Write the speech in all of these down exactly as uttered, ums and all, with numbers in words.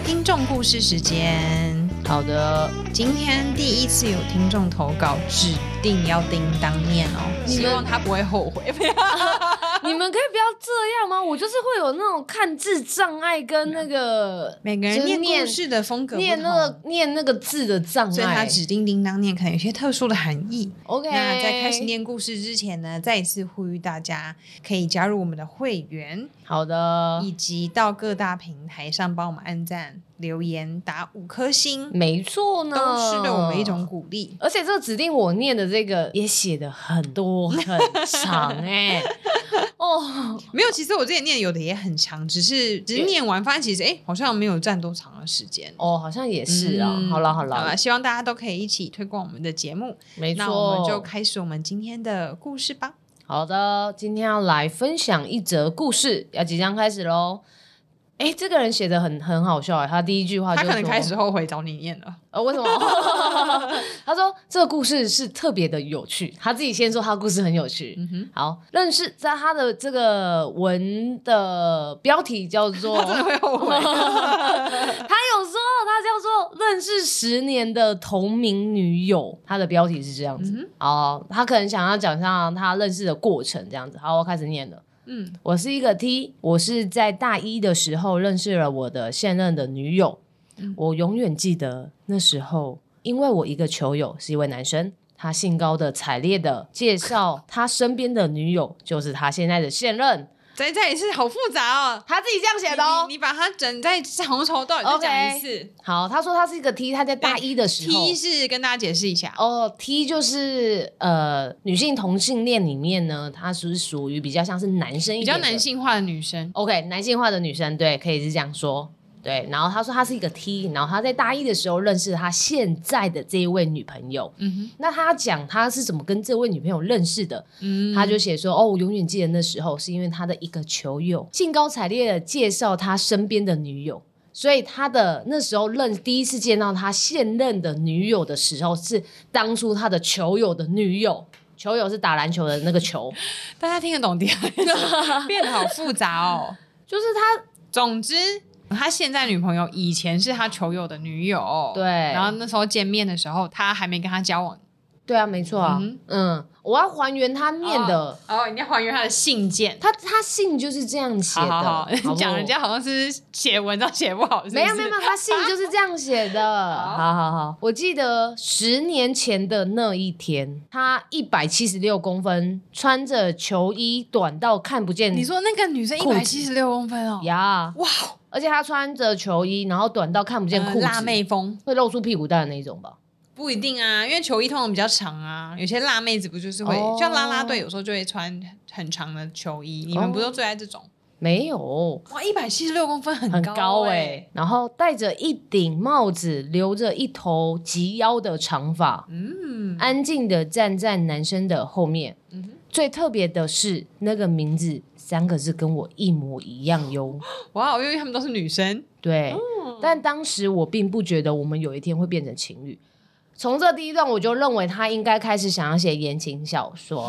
听众故事时间。 好的， 今天第一次有听众投稿，指定要叮当念哦，希望他不会后悔。 你们可以不要这样吗？我就是会有那种看字障碍跟那个每个人念故事的风格不同， 念那个念那个字的障碍， 所以他指定叮当念可能有些特殊的含义。 OK， 那在开始念故事之前呢，再一次呼吁大家可以加入我们的会员， 好的， 以及到各大平台上帮我们按赞留言打五颗星， 没错呢， 都是对我们一种鼓励。 而且这个指定我念的这个也写的很多很长哎、欸，哦， 没有，其实我之前念有的也很长，只是只是念完发现其实哎好像没有占多长的时间。 哦，好像也是啊。嗯、好了好了， 好了，希望大家都可以一起推广我们的节目。 没错， 那我们就开始我们今天的故事吧。 好的，今天要来分享一则故事，要即将开始咯。哎，这个人写的很很好笑哎，他第一句话就说， 他可能开始后悔找你念了。 呃，为什么？他说这个故事是特别的有趣，他自己先说他的故事很有趣。嗯哼，好，认识在他的这个文的标题叫做， 他真的会后悔。 他有说他叫做认识十年的同名女友，他的标题是这样子。嗯、哦，他可能想要讲一下他认识的过程这样子。好，我开始念了。嗯，我是一个 T， 我是在大一的时候认识了我的现任的女友。嗯、我永远记得那时候，因为我一个球友是一位男生，他兴高的采烈的介绍他身边的女友就是他现在的现任。 再再一次好复杂哦， 他自己这样写的哦。 你, 你, 你把它整再从头到尾再讲一次。Okay, 好，他说他是一个 T， 他在大一的时候 T 是跟大家解释一下哦 ，T 就是呃女性同性恋里面呢，它是属于比较像是男生一点的， 比较男性化的女生。 OK， 男性化的女生，对，可以是这样说。对，然后他说他是一个 T， 然后他在大一的时候认识他现在的这一位女朋友。嗯哼，那他讲他是怎么跟这位女朋友认识的？嗯，他就写说哦，我永远记得那时候是因为他的一个球友兴高采烈的介绍他身边的女友，所以他的那时候认第一次见到他现任的女友的时候是当初他的球友的女友。球友是打篮球的那个球， 大家听得懂点？变得好复杂哦。 就是他， 总之。他现在女朋友以前是他球友的女友， 对， 然后那时候见面的时候他还没跟他交往。 对啊，没错啊。嗯, 嗯，我要还原他念的哦，哦你要还原他的信件， 他他信就是这样写的。好好好，讲人家好像是写文章写不好是不是？ 没有没有没有，他信就是这样写的。好好好，我记得十年前的那一天，他一百七十六公分，穿着球衣短到看不见。 你说那个女生一百七十六公分哦？ 呀，哇！而且他穿着球衣，然后短到看不见裤子， 呃、辣妹风， 会露出屁股蛋的那一种吧？ 不一定啊，因为球衣通常比较长啊。有些辣妹子不就是会，哦、像啦啦队有时候就会穿很长的球衣。你们不都最爱这种？哦、 没有哇，一百七十六公分很高、欸、 很高哎、欸。然后戴着一顶帽子，留着一头及腰的长发，嗯，安静的站在男生的后面。嗯，最特别的是那个名字三个字跟我一模一样哟。 哇，因为他们都是女生。 对、嗯，但当时我并不觉得我们有一天会变成情侣。从这第一段我就认为他应该开始想要写言情小说。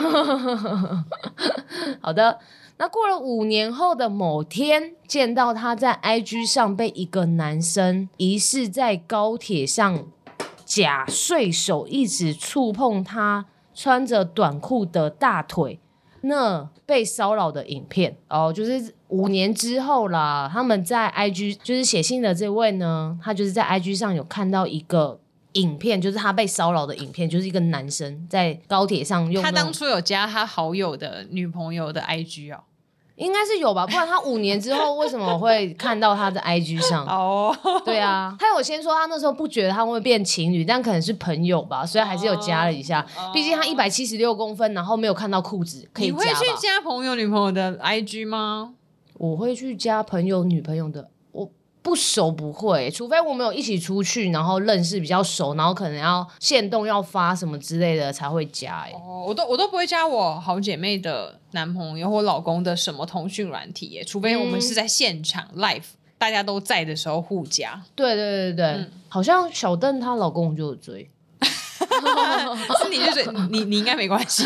好的，那过了五年后的某天，见到他在 I G 上被一个男生疑似在高铁上假睡手一直触碰他穿着短裤的大腿，那被骚扰的影片哦，就是五年之后啦，他们在 I G 就是写信的这位呢，他就是在 I G 上有看到一个影片，就是他被骚扰的影片，就是一个男生在高铁上用。 他当初有加他好友的女朋友的 I G 哦， 应该是有吧，不然他五年之后为什么会看到他的 I G 上？哦，对啊，他有先说他那时候不觉得他会变情侣，但可能是朋友吧，所以还是有加了一下。哦、毕竟他一百七十六公分，然后没有看到裤子，可以加吧？ 你会去加朋友女朋友的 I G 吗？ 我会去加朋友女朋友的。不熟不会，除非我们有一起出去，然后认识比较熟，然后可能要限动要发什么之类的才会加。哎、 哦，我都我都不会加我好姐妹的男朋友或老公的什么通讯软体耶，除非我们是在现场 live、嗯、大家都在的时候互加。 对对对对、嗯，好像小邓她老公就有追。 是你就追你你应该没关系。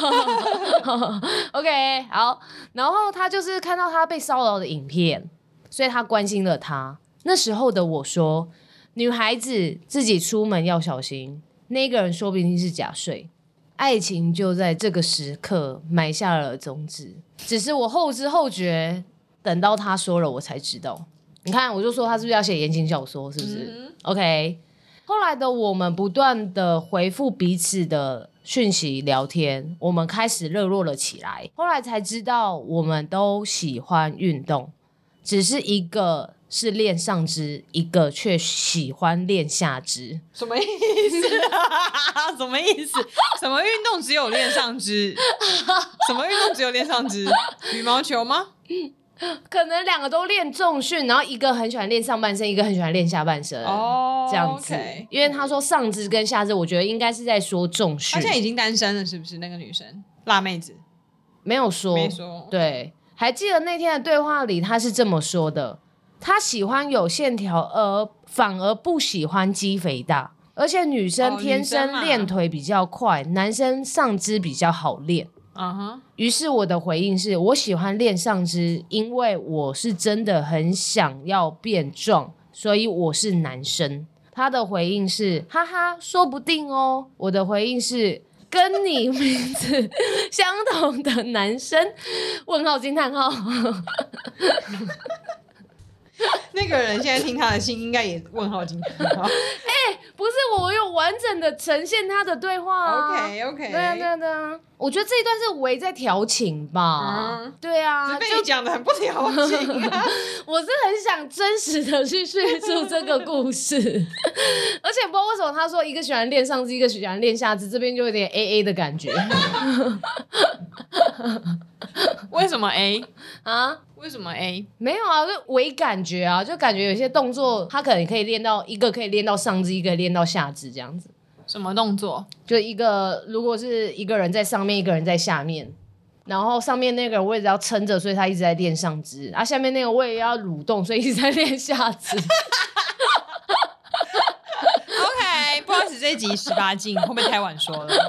OK 好，然后他就是看到他被骚扰的影片，所以他关心了他。 那时候的我说，女孩子自己出门要小心，那个人说不定是假睡。爱情就在这个时刻埋下了种子，只是我后知后觉，等到他说了我才知道。你看，我就说他是不是要写言情小说，是不是、嗯、？OK。后来的我们不断的回复彼此的讯息聊天，我们开始热络了起来。后来才知道我们都喜欢运动，只是一个是练上肢，一个却喜欢练下肢。 什么意思啊？什么意思？什么运动只有练上肢？什么运动只有练上肢？羽毛球吗？ 可能两个都练重训，然后一个很喜欢练上半身，一个很喜欢练下半身，哦、oh, 这样子。Okay. 因为他说上肢跟下肢，我觉得应该是在说重训。 他现在已经单身了，是不是？那个女生辣妹子没有说， 没说。 对，还记得那天的对话里，他是这么说的：他喜欢有线条，而反而不喜欢肌肥大。而且女生天生练腿比较快，哦、男生上肢比较好练。Uh huh. 于是我的回应是我喜欢练上肢，因为我是真的很想要变壮，所以我是男生。他的回应是哈哈，说不定哦。我的回应是跟你名字相同的男生，问号惊叹号。 那个人现在听他的信应该也问号惊叹号。 哎、欸，不是，我有完整的呈现他的对话啊。 OK OK。 对啊对啊对啊，我觉得这一段是围在调情吧。嗯，对啊， 只被你讲的很不调情啊。 我是很想真实的去叙述这个故事，而且不知道为什么他说一个喜欢练上肢，一个喜欢练下肢，这边就有点 A A 的感觉。 为什么 A 啊？ 为什么 A？ 没有啊，就伪感觉啊，就感觉有些动作他可能可以练到一个可以练到上肢，一个练到下肢这样子。 什么动作？ 就一个如果是一个人在上面，一个人在下面，然后上面那个人位置要撑着，所以他一直在练上肢，啊，下面那个位置要蠕动，所以一直在练下肢。 OK， 不好意思，这一集十八禁，会不会太晚说了？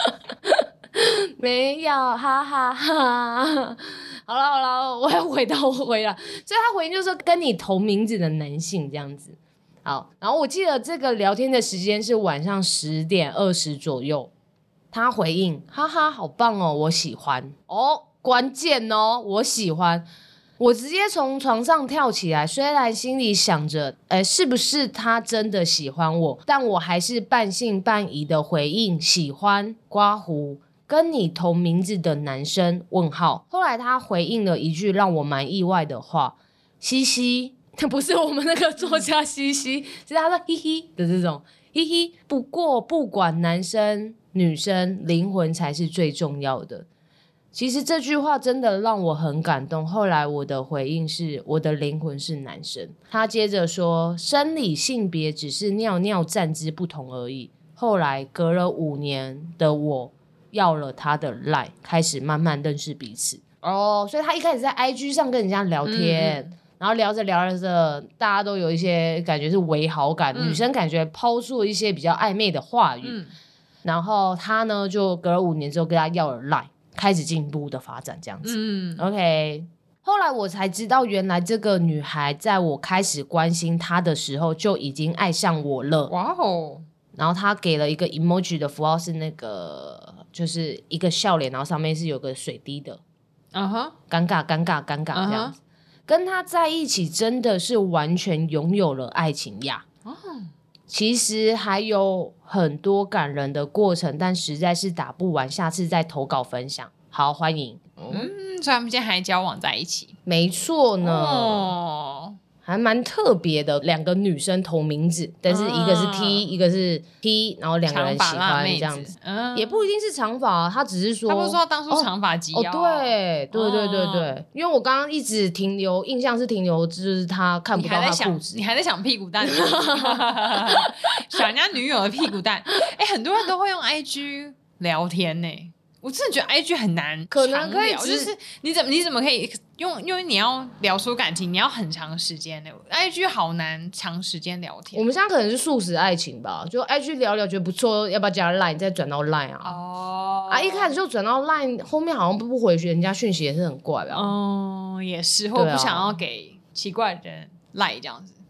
没有，哈哈哈。好了好了，我要回到回来，所以他回应就是说跟你同名字的男性这样子。好，然后我记得这个聊天的时间是晚上十点二十左右。他回应，哈哈，好棒哦，我喜欢哦，关键哦，我喜欢。我直接从床上跳起来，虽然心里想着，哎，是不是他真的喜欢我？但我还是半信半疑的回应，喜欢刮胡。跟你同名字的男生？问号。后来他回应了一句让我蛮意外的话，嘻嘻，不是我们那个作家嘻嘻，是他说嘿嘿的这种嘿嘿。不过不管男生女生，灵魂才是最重要的。其实这句话真的让我很感动。后来我的回应是我的灵魂是男生。他接着说，生理性别只是尿尿站姿不同而已。后来隔了五年的我要了他的 line， 开始慢慢认识彼此。哦，所以他一开始在 I G 上跟人家聊天，嗯、然后聊着聊着，大家都有一些感觉是微好感，嗯、女生感觉抛出了一些比较暧昧的话语，嗯、然后他呢就隔了五年之后跟他要了 line， 开始进一步的发展这样子。嗯 ，OK。后来我才知道，原来这个女孩在我开始关心她的时候就已经爱上我了。哇哦！然后她给了一个 emoji 的符号，是那个就是一个笑脸，然后上面是有个水滴的。嗯哼，尴尬尴尬尴尬这样子。Uh huh. 跟他在一起真的是完全拥有了爱情呀。哦，其实还有很多感人的过程，但实在是打不完，下次再投稿分享。好，欢迎。 嗯，所以他们现在还交往在一起？ 没错呢。哦，还蛮特别的，两个女生同名字，但是一个是 T，、嗯、一个是 T， 然后两个人喜欢这样子，嗯、也不一定是长发、啊，他只是说， 他不是说他当初长发及腰、啊哦，对对对对对，哦、因为我刚刚一直停留，印象是停留就是他看不到他裤子， 你还在想屁股蛋，想人家女友的屁股蛋，哎、欸，很多人都会用 I G 聊天呢、欸。我真的觉得 I G 很难， 可能可以， 就是你怎么你怎么可以用？因为你要聊出感情，你要很长时间的 I G 好难长时间聊天。 我们现在可能是速食爱情吧，就 I G 聊聊觉得不错，要不要加 Line 再转到 Line 啊？哦，啊，一开始就转到 Line， 后面好像不回人家讯息也是很怪吧？ 哦，也是，或不想要给奇怪的人 Line 这样子。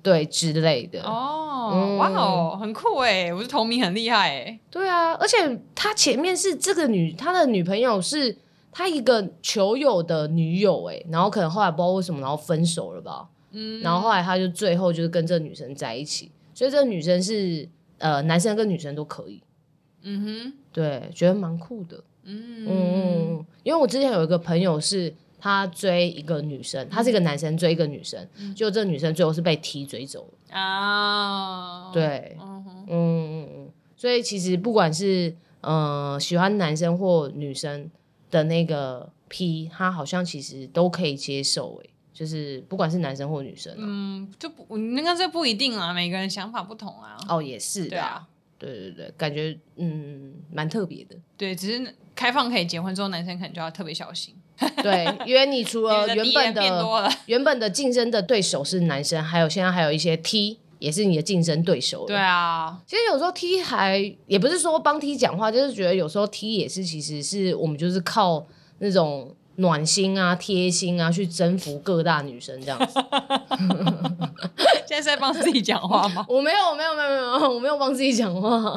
对之类的。 哦， 嗯哇哦，很酷哎！我是同名很厉害哎。 对啊，而且他前面是这个女，他的女朋友是他一个球友的女友哎，然后可能后来不知道为什么，然后分手了吧。嗯，然后后来他就最后就是跟这个女生在一起，所以这个女生是呃男生跟女生都可以。嗯哼，对，觉得蛮酷的。嗯嗯，因为我之前有一个朋友是。他追一个女生，他是一个男生追一个女生，嗯、就这个女生最后是被踢追走了啊。对，嗯嗯嗯嗯，所以其实不管是呃喜欢男生或女生的那个 P， 他好像其实都可以接受诶，就是不管是男生或女生、啊， 嗯，就不那个这不一定啊，每个人想法不同啊。 哦，也是的， 对啊， 对对对，感觉嗯蛮特别的。 对，只是开放可以结婚之后，男生可能就要特别小心。 对，因为你除了原本的原本的竞争的对手是男生，还有现在还有一些 T 也是你的竞争对手了。 对啊， 其实有时候 T 还也不是说帮 T 讲话，就是觉得有时候 T 也是其实是我们就是靠那种暖心啊、贴心啊去征服各大女生这样子。 现在是在帮自己讲话吗？ 我没有，我没有，没有，没有，我没有帮自己讲话。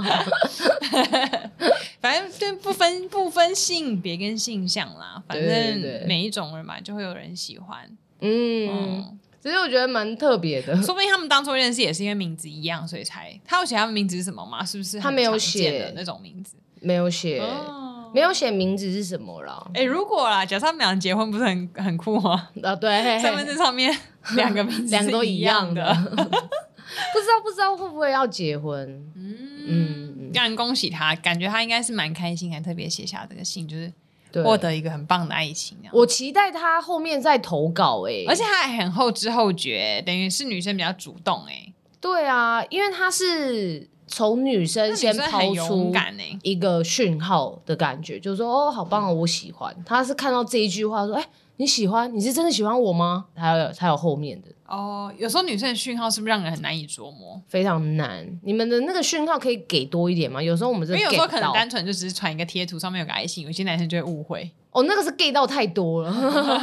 反正对不分不分性别跟性向啦，反正每一种人嘛就会有人喜欢。嗯，嗯其实我觉得蛮特别的， 说不定他们当初认识也是因为名字一样，所以才他有写他们名字是什么吗？是不是他没有写那种名字？ 没有写。哦没有写名字是什么啦？ 哎、欸，如果啦，假设他们俩结婚，不是很很酷吗？ 啊，对， 身份证上面两个名字两个都一样的， 样的不知道不知道会不会要结婚？嗯嗯，让人恭喜他，感觉他应该是蛮开心，还特别写下这个信，就是获得一个很棒的爱情。 我期待他后面再投稿哎、欸， 而且他还很后知后觉，等于是女生比较主动哎、欸。 对啊，因为他是。从女生先抛出一个讯号的感觉，就是说哦，好棒哦，我喜欢。他是看到这一句话说，哎、欸，你喜欢？你是真的喜欢我吗？还有还有后面的哦。有时候女生的讯号是不是让人很难以琢磨？ 非常难。你们的那个讯号可以给多一点吗？有时候我们因为有时候可能单纯就只是传一个贴图，上面有个爱心，有些男生就会误会。 哦，那个是 gay 到太多了。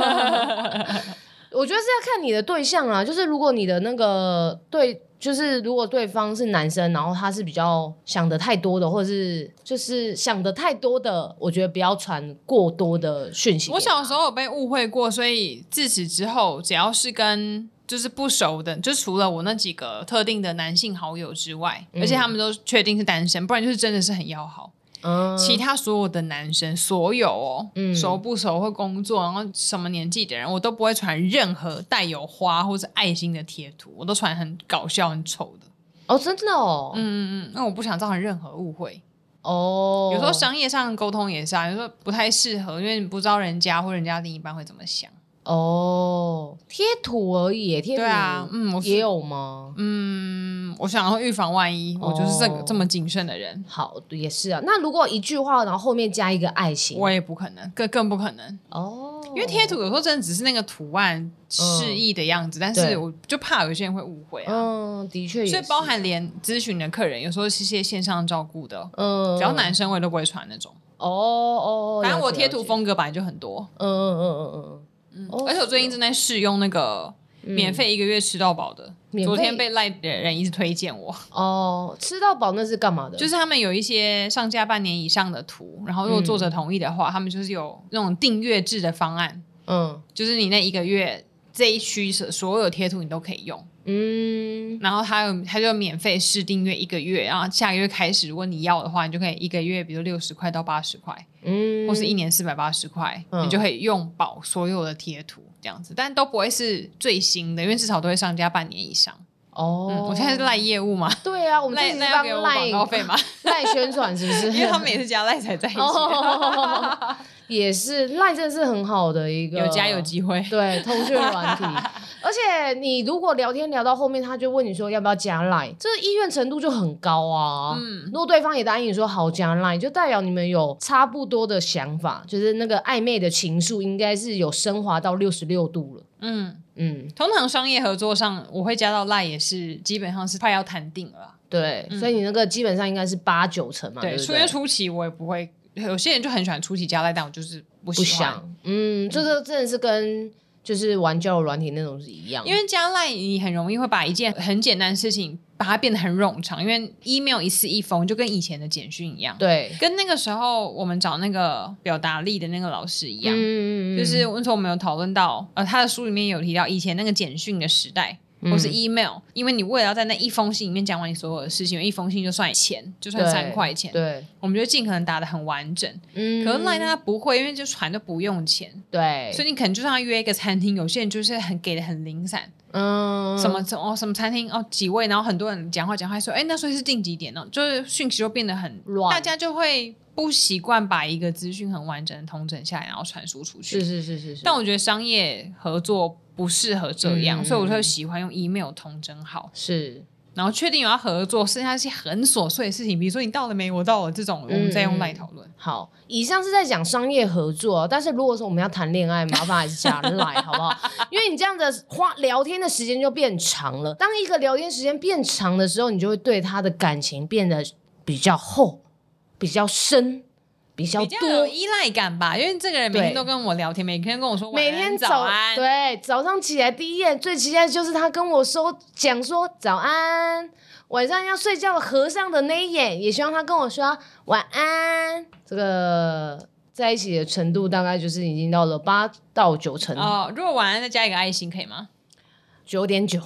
我觉得是要看你的对象啊，就是如果你的那个对。就是如果对方是男生，然后他是比较想的太多的，或者是就是想的太多的，我觉得不要传过多的讯息。 我小时候有被误会过，所以自此之后，只要是跟就是不熟的，就除了我那几个特定的男性好友之外，嗯、而且他们都确定是单身，不然就是真的是很要好。嗯、其他所有的男生，所有哦，嗯、熟不熟或工作，然后什么年纪的人，我都不会传任何带有花或是爱心的贴图，我都传很搞笑、很丑的。 哦，真的哦， 嗯嗯嗯，那我不想造成任何误会。哦，有时候商业上沟通也是啊，有时候不太适合，因为你不知道人家或人家另一半会怎么想。 哦，贴图而已，贴图对啊，嗯， 也有吗？ 嗯，我想要预防万一，哦、我就是这个这么谨慎的人。 好，也是啊。那如果一句话，然后后面加一个爱心， 我也不可能，更更不可能哦。因为贴图有时候真的只是那个图案示意的样子，嗯、但是我就怕有些人会误会啊。 嗯，的确也是。 所以包含连咨询的客人，有时候是些线上照顾的，嗯，只要男生我也都不会传那种。哦哦，反正我贴图风格本来就很多。嗯嗯嗯嗯嗯。嗯哦、而且我最近正在试用那个免费一个月吃到饱的，嗯、昨天被赖的人一直推荐我。 哦，吃到饱那是干嘛的？ 就是他们有一些上架半年以上的图，然后如果作者同意的话，嗯、他们就是有那种订阅制的方案。嗯，就是你那一个月这一区所有贴图你都可以用。嗯，然后他有他就免费试订阅一个月，然后下个月开始，如果你要的话，你就可以一个月，比如六十块到八十块，嗯，或是一年四百八十块，嗯、你就可以用饱所有的贴图这样子，但都不会是最新的，因为至少都会上架半年以上。哦、嗯，我现在是赖业务嘛？ 对啊，我们赖赖要给我广告费吗？ 赖宣传是不是？ 因为他们也是加赖才在一起。 哦也是赖真的是很好的一个有加有机会， 对通讯软体，而且你如果聊天聊到后面，他就问你说要不要加赖，这个意愿程度就很高啊。嗯，如果对方也答应你说好加赖，就代表你们有差不多的想法，就是那个暧昧的情愫应该是有升华到六十六度了。嗯嗯，通常商业合作上我会加到赖也是基本上是快要谈定了啦。 对、嗯，所以你那个基本上应该是八九成嘛。对， 初约初期我也不会。有些人就很喜欢初期加赖，但我就是不喜欢。 不想，嗯，这个真的是跟就是玩交友软体那种是一样， 因为加 LINE 你很容易会把一件很简单的事情把它变得很冗长，因为 email 一次一封就跟以前的简讯一样， 对， 跟那个时候我们找那个表达力的那个老师一样，嗯、就是那时候我们有讨论到，呃，他的书里面有提到以前那个简讯的时代。或是 email， 因为你为了要在那一封信里面讲完你所有的事情，一封信就算钱，就算三块钱， 对， 我们就尽可能打得很完整。嗯，可是 LINE 它不会，因为就传都不用钱， 对， 所以你可能就算要约一个餐厅，有些人就是很给的很零散，嗯，什么哦什么餐厅哦几位，然后很多人讲话讲话说，哎，那所以是定几点呢？就是讯息就变得很乱，大家就会不习惯把一个资讯很完整的统整下来，然后传输出去。 是是是是是。 但我觉得商业合作不适合这样，嗯、所以我就喜欢用 email 统整好。 是。 然后确定有要合作，剩下一些很琐碎的事情，比如说你到了没，我到了这种，我们再用 LINE 讨论。 好，以上是在讲商业合作，但是如果说我们要谈恋爱，麻烦还是加 LINE 好不好？因为你这样子花聊天的时间就变长了。当一个聊天时间变长的时候，你就会对他的感情变得比较厚、比较深。比较多比较有依赖感吧，因为这个人每天都跟我聊天，每天跟我说晚安， 每天早安， 对，早上起来第一眼最期待的就是他跟我说讲说早安，晚上要睡觉合上的那一眼，也希望他跟我说晚安。这个在一起的程度大概就是已经到了八到九成哦。如果晚安再加一个爱心可以吗？ 九点九，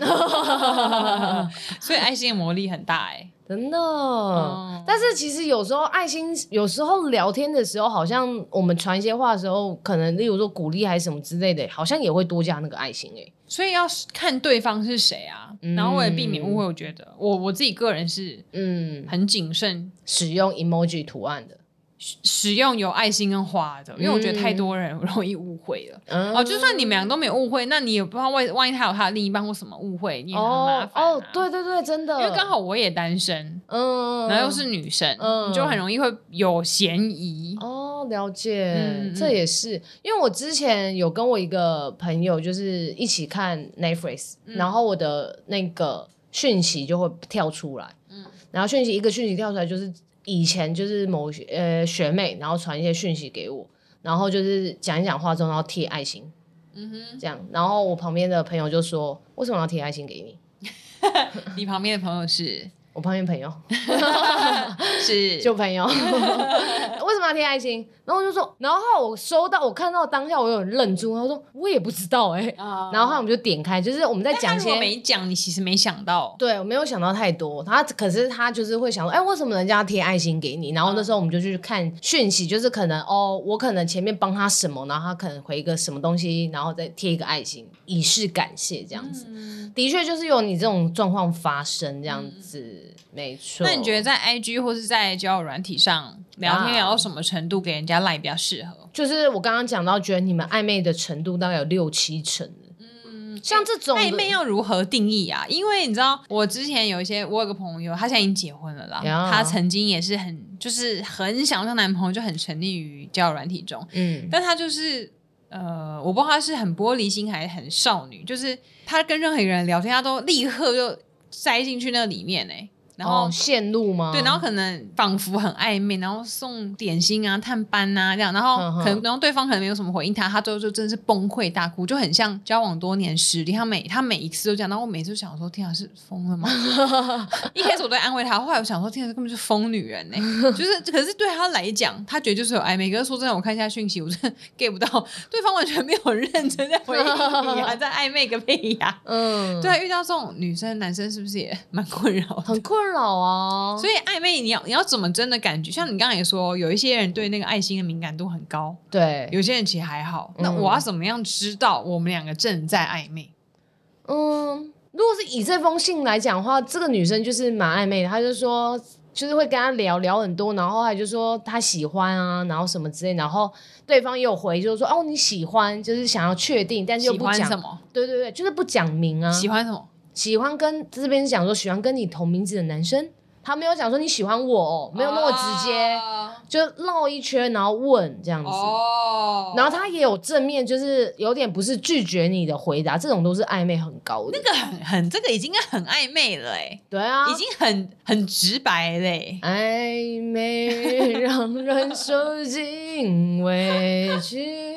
所以爱心的魔力很大哎、欸。 真的、嗯，但是其实有时候爱心，有时候聊天的时候，好像我们传一些话的时候，可能例如说鼓励还是什么之类的，好像也会多加那个爱心哎、欸。 所以要看对方是谁啊，嗯、然后为了避免误会，我觉得我我自己个人是嗯很谨慎使用 emoji 图案的。 使用有爱心跟花的，因为我觉得太多人容易误会了、嗯、哦。就算你们两个都没有误会，那你也不知道万万一他有他的另一半或什么误会，你也很麻烦、啊、 哦。对对对，真的， 因为刚好我也单身，嗯，然后又是女生，嗯，你就很容易会有嫌疑。 哦，了解，嗯、这也是因为我之前有跟我一个朋友就是一起看 Netflix，、嗯、然后我的那个讯息就会跳出来，嗯，然后讯息一个讯息跳出来就是。以前就是某呃学妹，然后传一些讯息给我，然后就是讲一讲话之后，然后贴爱心，嗯哼，这样，然后我旁边的朋友就说：“为什么要贴爱心给你？” 你旁边的朋友是？ 我旁边朋友是旧朋友，为什么要贴爱心？然后我就说，然后我收到，我看到当下我有愣住，然后说我也不知道哎、欸，uh, 然后后来我们就点开，就是我们在讲一些， 但他如果没讲，你其实没想到， 对我没有想到太多，他可是他就是会想说，哎、欸，为什么人家要贴爱心给你？然后那时候我们就去看讯息，就是可能哦，我可能前面帮他什么，然后他可能回一个什么东西，然后再贴一个爱心，以示感谢这样子。嗯、的确就是有你这种状况发生这样子。嗯没错。 那你觉得在 I G 或是在交友软体上聊天聊到什么程度给人家赖比较适合？ 就是我刚刚讲到，觉得你们暧昧的程度大概有六七成。嗯，像这种暧昧要如何定义啊？因为你知道，我之前有一些，我有个朋友，他现在已经结婚了啦。他曾经也是很，就是很想要男朋友，就很沉溺于交友软体中。嗯，但他就是呃，我不知道他是很玻璃心还是很少女，就是他跟任何一个人聊天，他都立刻就塞进去那里面哎、欸。然后、 哦、陷入吗？ 对，然后可能仿佛很暧昧，然后送点心啊、探班啊这样，然后可能然后对方可能没有什么回应他，他最后就真的是崩溃大哭，就很像交往多年失恋。他每他每一次都这样，然后我每次都想说，天啊，是疯了吗？一开始我都安慰他，后来我想说，天啊，这根本就是疯女人呢、欸。就是可是对他来讲，他觉得就是有暧昧。可是说真的，我看一下讯息，我真的 get 不到，对方完全没有很认真在回应你啊，在暧昧个屁呀、啊！嗯，对啊，遇到这种女生男生是不是也蛮困扰的？ 很困扰。困扰啊， 所以暧昧你要你要怎么真的感觉？像你刚才也说，有一些人对那个爱心的敏感度很高， 对， 有些人其实还好。嗯、那我要怎么样知道我们两个正在暧昧？ 嗯，如果是以这封信来讲的话，这个女生就是蛮暧昧的，她就说就是会跟他聊聊很多，然后还就说他喜欢啊，然后什么之类，然后对方也有回，就是说哦你喜欢，就是想要确定，但是又不讲什么， 对对对，就是不讲明啊， 喜欢什么。 喜欢跟这边讲说喜欢跟你同名字的男生，他没有讲说你喜欢我、哦，没有那么直接，哦、就绕一圈然后问这样子。哦，然后他也有正面，就是有点不是拒绝你的回答，这种都是暧昧很高的。 那个很很这个已经很暧昧了哎、欸， 对啊， 已经很很直白嘞、 欸。暧昧让人受尽委屈。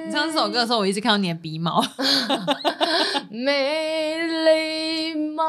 你唱这首歌的时候，我一直看到你的鼻毛。 没礼貌，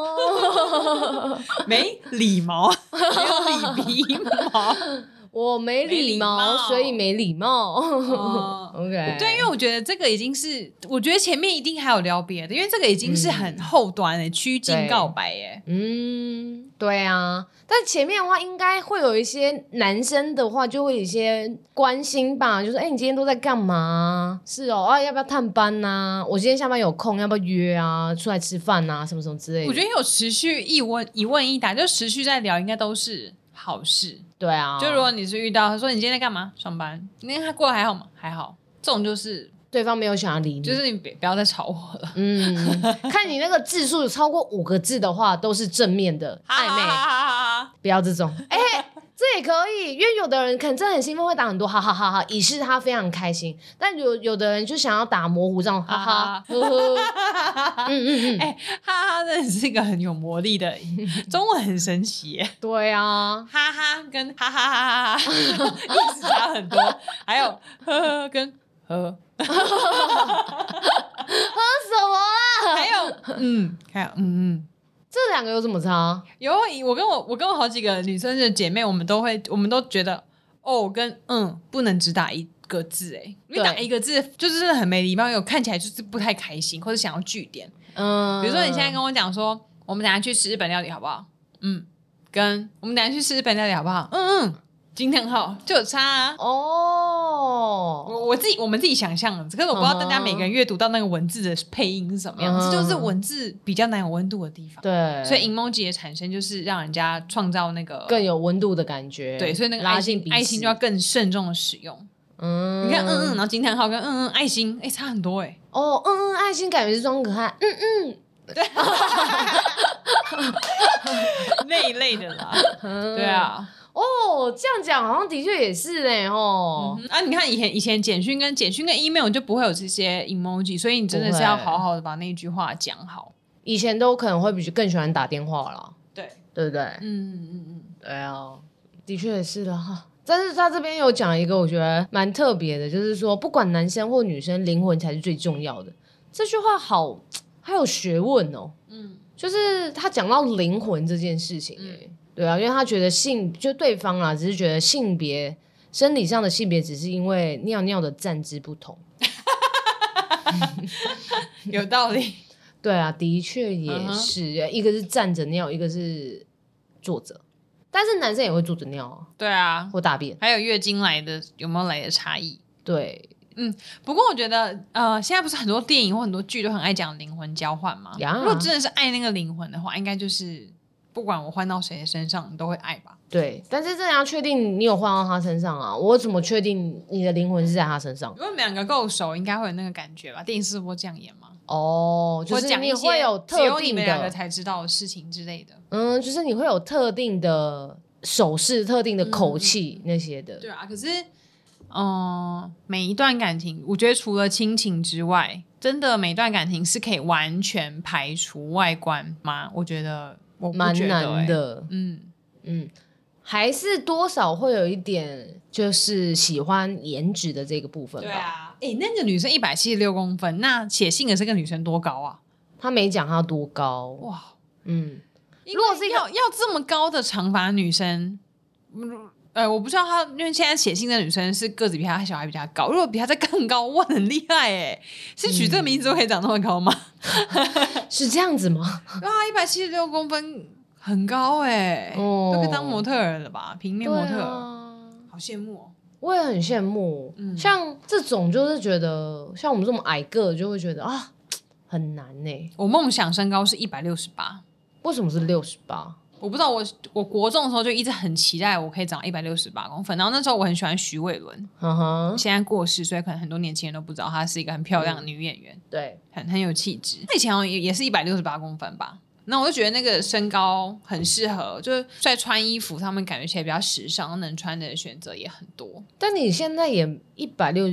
没礼貌，没有理鼻毛。 我没礼貌，所以没礼貌。哦、OK， 对，因为我觉得这个已经是，我觉得前面一定还有聊别的，因为这个已经是很后端的趋近告白耶。 嗯，对啊，但前面的话应该会有一些男生的话就会有一些关心吧，就是哎、欸，你今天都在干嘛？是哦，啊，要不要探班啊？我今天下班有空，要不要约啊？出来吃饭啊？什么什么之类的。 我觉得有持续一问一问一答，就持续在聊，应该都是好事。 对啊， 就如果你是遇到他说你今天在干嘛上班，今天他过得还好吗？还好，这种就是对方没有想要理你， 就是你不要再吵我了。 嗯，看你那个字数有超过五个字的话，都是正面的暧昧，不要这种。哎、欸，这也可以，因为有的人可能真的很兴奋，会打很多哈哈哈哈，以示他非常开心。但有有的人就想要打模糊这种哈哈，呵呵，嗯嗯嗯， 哎、欸，哈哈真的是一个很有魔力的，中文很神奇耶。 对啊， 哈哈跟哈哈哈哈哈意思差很多，还有呵呵跟呵。喝什么啊？ 还有嗯，还有嗯嗯， 这两个有什么差？ 有我跟我我跟我好几个女生的姐妹，我们都会，我们都觉得哦跟嗯不能只打一个字哎，因为打一个字就是真的很没礼貌，有看起来就是不太开心或者想要句点。嗯，比如说你现在跟我讲说，我们等一下去吃日本料理好不好？嗯，跟我们等一下去吃日本料理好不好？嗯嗯。惊叹号就有差啊！哦，我我自己我们自己想象的，可是我不知道大家每个人阅读到那个文字的配音是什么样子，这、uh-huh. 就是文字比较难有温度的地方。 对， 所以 emoji 的产生就是让人家创造那个更有温度的感觉。 对，所以那个爱心爱心就要更慎重的使用。嗯，你看嗯嗯，然后惊叹号跟嗯嗯爱心，哎、欸，差很多哎、欸。 哦，嗯嗯爱心感觉是装可爱，嗯嗯，对， 那一类的啦，对啊。 哦，这样讲好像的确也是嘞哦、 嗯。啊，你看以前以前简讯跟简讯跟 email 就不会有这些 emoji， 所以你真的是要好好的把那句话讲好。 以前都可能会比更喜欢打电话啦， 对对不对？嗯嗯嗯，对啊，的确也是的哈。但是他这边有讲一个我觉得蛮特别的，就是说不管男生或女生，灵魂才是最重要的。这句话好还有学问哦。嗯，就是他讲到灵魂这件事情、欸，哎、嗯。对啊，因为他觉得性就对方啦，只是觉得性别生理上的性别只是因为尿尿的站姿不同， 有道理。 对啊，的确也是、uh-huh. 一个是站着尿，一个是坐着，但是男生也会坐着尿啊。 对啊， 或大便， 还有月经来的有没有来的差异？ 对， 嗯，不过我觉得呃，现在不是很多电影或很多剧都很爱讲灵魂交换吗？如果真的是爱那个灵魂的话，应该就是。不管我换到谁的身上，你都会爱吧？ 对，但是这要确定你有换到他身上啊！我怎么确定你的灵魂是在他身上？ 如果你们两个够熟，应该会有那个感觉吧？电影是不是这样演吗？ 哦，就是你会有特定的，只有你们兩個才知道的事情之類的。 嗯，就是你会有特定的手勢、特定的口氣、嗯、那些的。 對啊，可是，嗯、呃，每一段感情，我覺得除了親情之外，真的每一段感情是可以完全排除外觀嗎？我覺得。 蠻難的， 嗯嗯，還是多少會有一點，就是喜歡顏值的這個部分吧。 對啊，哎、欸，那個女生一百七十六公分，那寫信的這個女生多高啊？ 她沒講她多高。哇，嗯， 如果是要要這麼高的長髮女生，呃，我不知道她，因為現在寫信的女生是個子比她小還比她高，如果比她再更高，哇，很厲害哎！是取這個名字都可以長那麼高嗎？ 是這樣子嗎？ 哇，一百七十六公分很高哎、哦，都可以當模特兒了吧？平面模特兒、啊，好羨慕哦！ 我也很羨慕、嗯，像這種就是覺得，像我們這麼矮個就會覺得啊，很難哎。 我夢想身高是一百六十八， 為什麼是六十八？ 我不知道我，我我國中的時候就一直很期待我可以長一百六十八公分，然後那時候我很喜歡徐偉倫，嗯哼，現在過世，所以可能很多年輕人都不知道她是一個很漂亮的女演員，嗯、對，很很有氣質。她以前好像也也是一百六十八公分吧，那我就覺得那個身高很適合，就是在穿衣服上面感覺起來比較時尚，能穿的選擇也很多。 但你現在也一百六十幾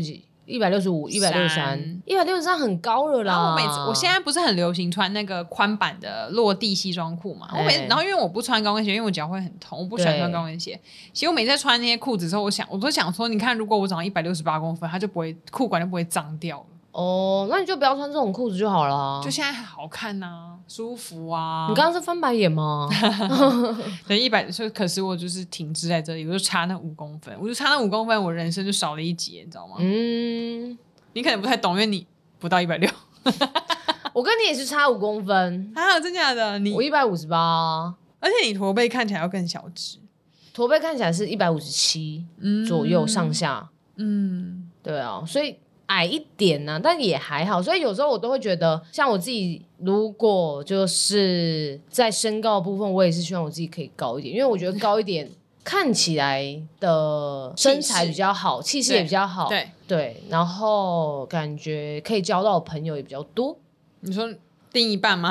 一百六十五、一百六十三、一百六十三很高了啦。 然后我每次，我现在不是很流行穿那个宽版的落地西装裤嘛？我每次，然后因为我不穿高跟鞋，因为我脚会很痛，我不喜欢穿高跟鞋。其实我每次在穿那些裤子的时候，我想，我都想说，你看，如果我长到一百六十八公分，它就不会裤管就不会脏掉了。 哦，那你就不要穿这种裤子就好了。 就现在好看啊，舒服啊。 你刚刚是翻白眼吗？ 对，一百，可是我就是停滞在这里，我就差那五公分，我就差那五公分，我人生就少了一截，你知道吗？嗯，你可能不太懂，因为你不到一百六。 我跟你也是差五公分啊，真假的？你我一百五十八， 而且你驼背看起来要更小只， 驼背看起来是一百五十七左右上下。嗯，对啊，所以。矮一点呢、啊，但也还好，所以有时候我都会觉得，像我自己，如果就是在身高的部分，我也是希望我自己可以高一点，因为我觉得高一点看起来的身材比较好，气势也比较好， 对对，然后感觉可以交到的朋友也比较多。 你说另一半吗？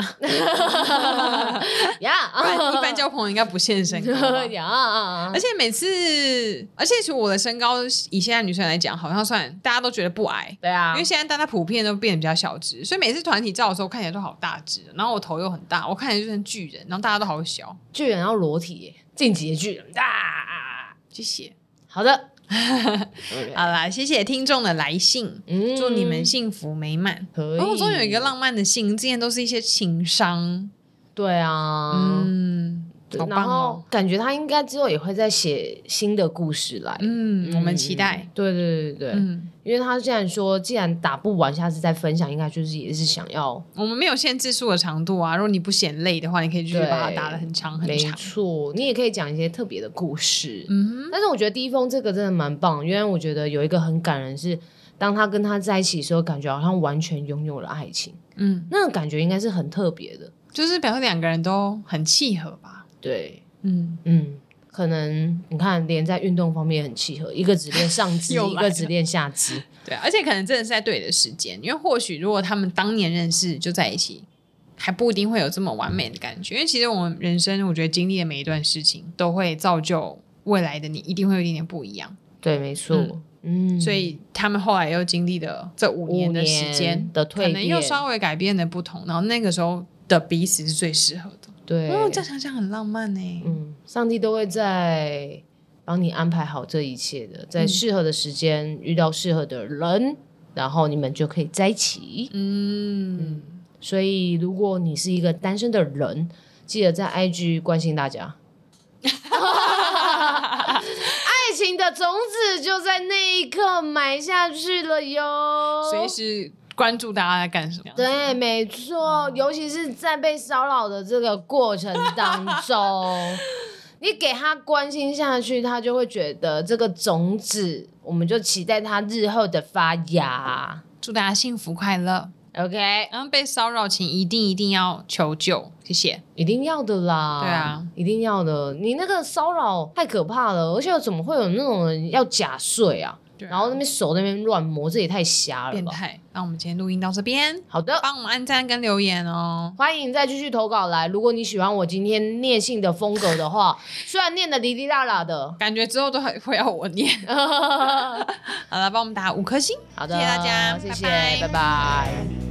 呀， 不然一般交朋友应该不限身高呀。而且每次，而且其实我的身高以现在女生来讲，好像算大家都觉得不矮。 对啊， 因为现在大家普遍都变得比较小只，所以每次团体照的时候看起来都好大只，然后我头又很大，我看起来就像巨人，然后大家都好小。 巨人要裸体耶，晋级的巨人啊！ 谢谢。 好的。 好啦，谢谢听众的来信，嗯、祝你们幸福美满。然后终于有一个浪漫的信，之前都是一些情伤。 对啊，嗯，好棒哦、然后感觉他应该之后也会再写新的故事来， 嗯，嗯我们期待。 对对对对，嗯，因为他既然说既然打不完，下次再分享，应该就是也是想要。 我们没有限字数的长度啊，如果你不嫌累的话，你可以继续把它打得很长很长。 没错，你也可以讲一些特别的故事。嗯哼，但是我觉得第一封这个真的蛮棒，因为我觉得有一个很感人是，当他跟他在一起的时候，感觉好像完全拥有了爱情。嗯，那个感觉应该是很特别的。 就是表示两个人都很契合吧？ 对，嗯嗯，可能你看，连在运动方面很契合，一个只练上肢，一个只练下肢。 对，而且可能真的是在对的时间，因为或许如果他们当年认识就在一起，还不一定会有这么完美的感觉。因为其实我们人生，我觉得经历的每一段事情，都会造就未来的你，一定会有一点点不一样。 对，没错。嗯嗯，所以他们后来又经历了这五年的时间的蜕变， 可能又稍微改变的不同，然后那个时候的彼此是最适合的。 对， 哦，这样想想很浪漫呢。 嗯，上帝都会在帮你安排好这一切的，在适合的时间、嗯、遇到适合的人，然后你们就可以在一起。嗯嗯，所以如果你是一个单身的人，记得在 I G 关心大家。爱情的种子就在那一刻埋下去了哟， 随时关注大家在干什么。 对，没错，尤其是在被骚扰的这个过程当中，你给他关心下去，他就会觉得这个种子，我们就期待他日后的发芽。 祝大家幸福快乐。 OK， 然后被骚扰请一定一定要求救，谢谢。 一定要的啦， 对啊， 一定要的。你那个骚扰太可怕了，而且怎么会有那种人要假睡啊？啊然后那边手那边乱摸，这也太瞎了吧， 变态。那我们今天录音到这边， 好的， 帮我们按赞跟留言哦。 欢迎再继续投稿来。如果你喜欢我今天念信的风格的话，虽然念的哩哩啦啦的， 感觉之后都会要我念。好了，帮我们打五颗星， 好的， 谢谢大家， 谢谢，拜拜。拜拜。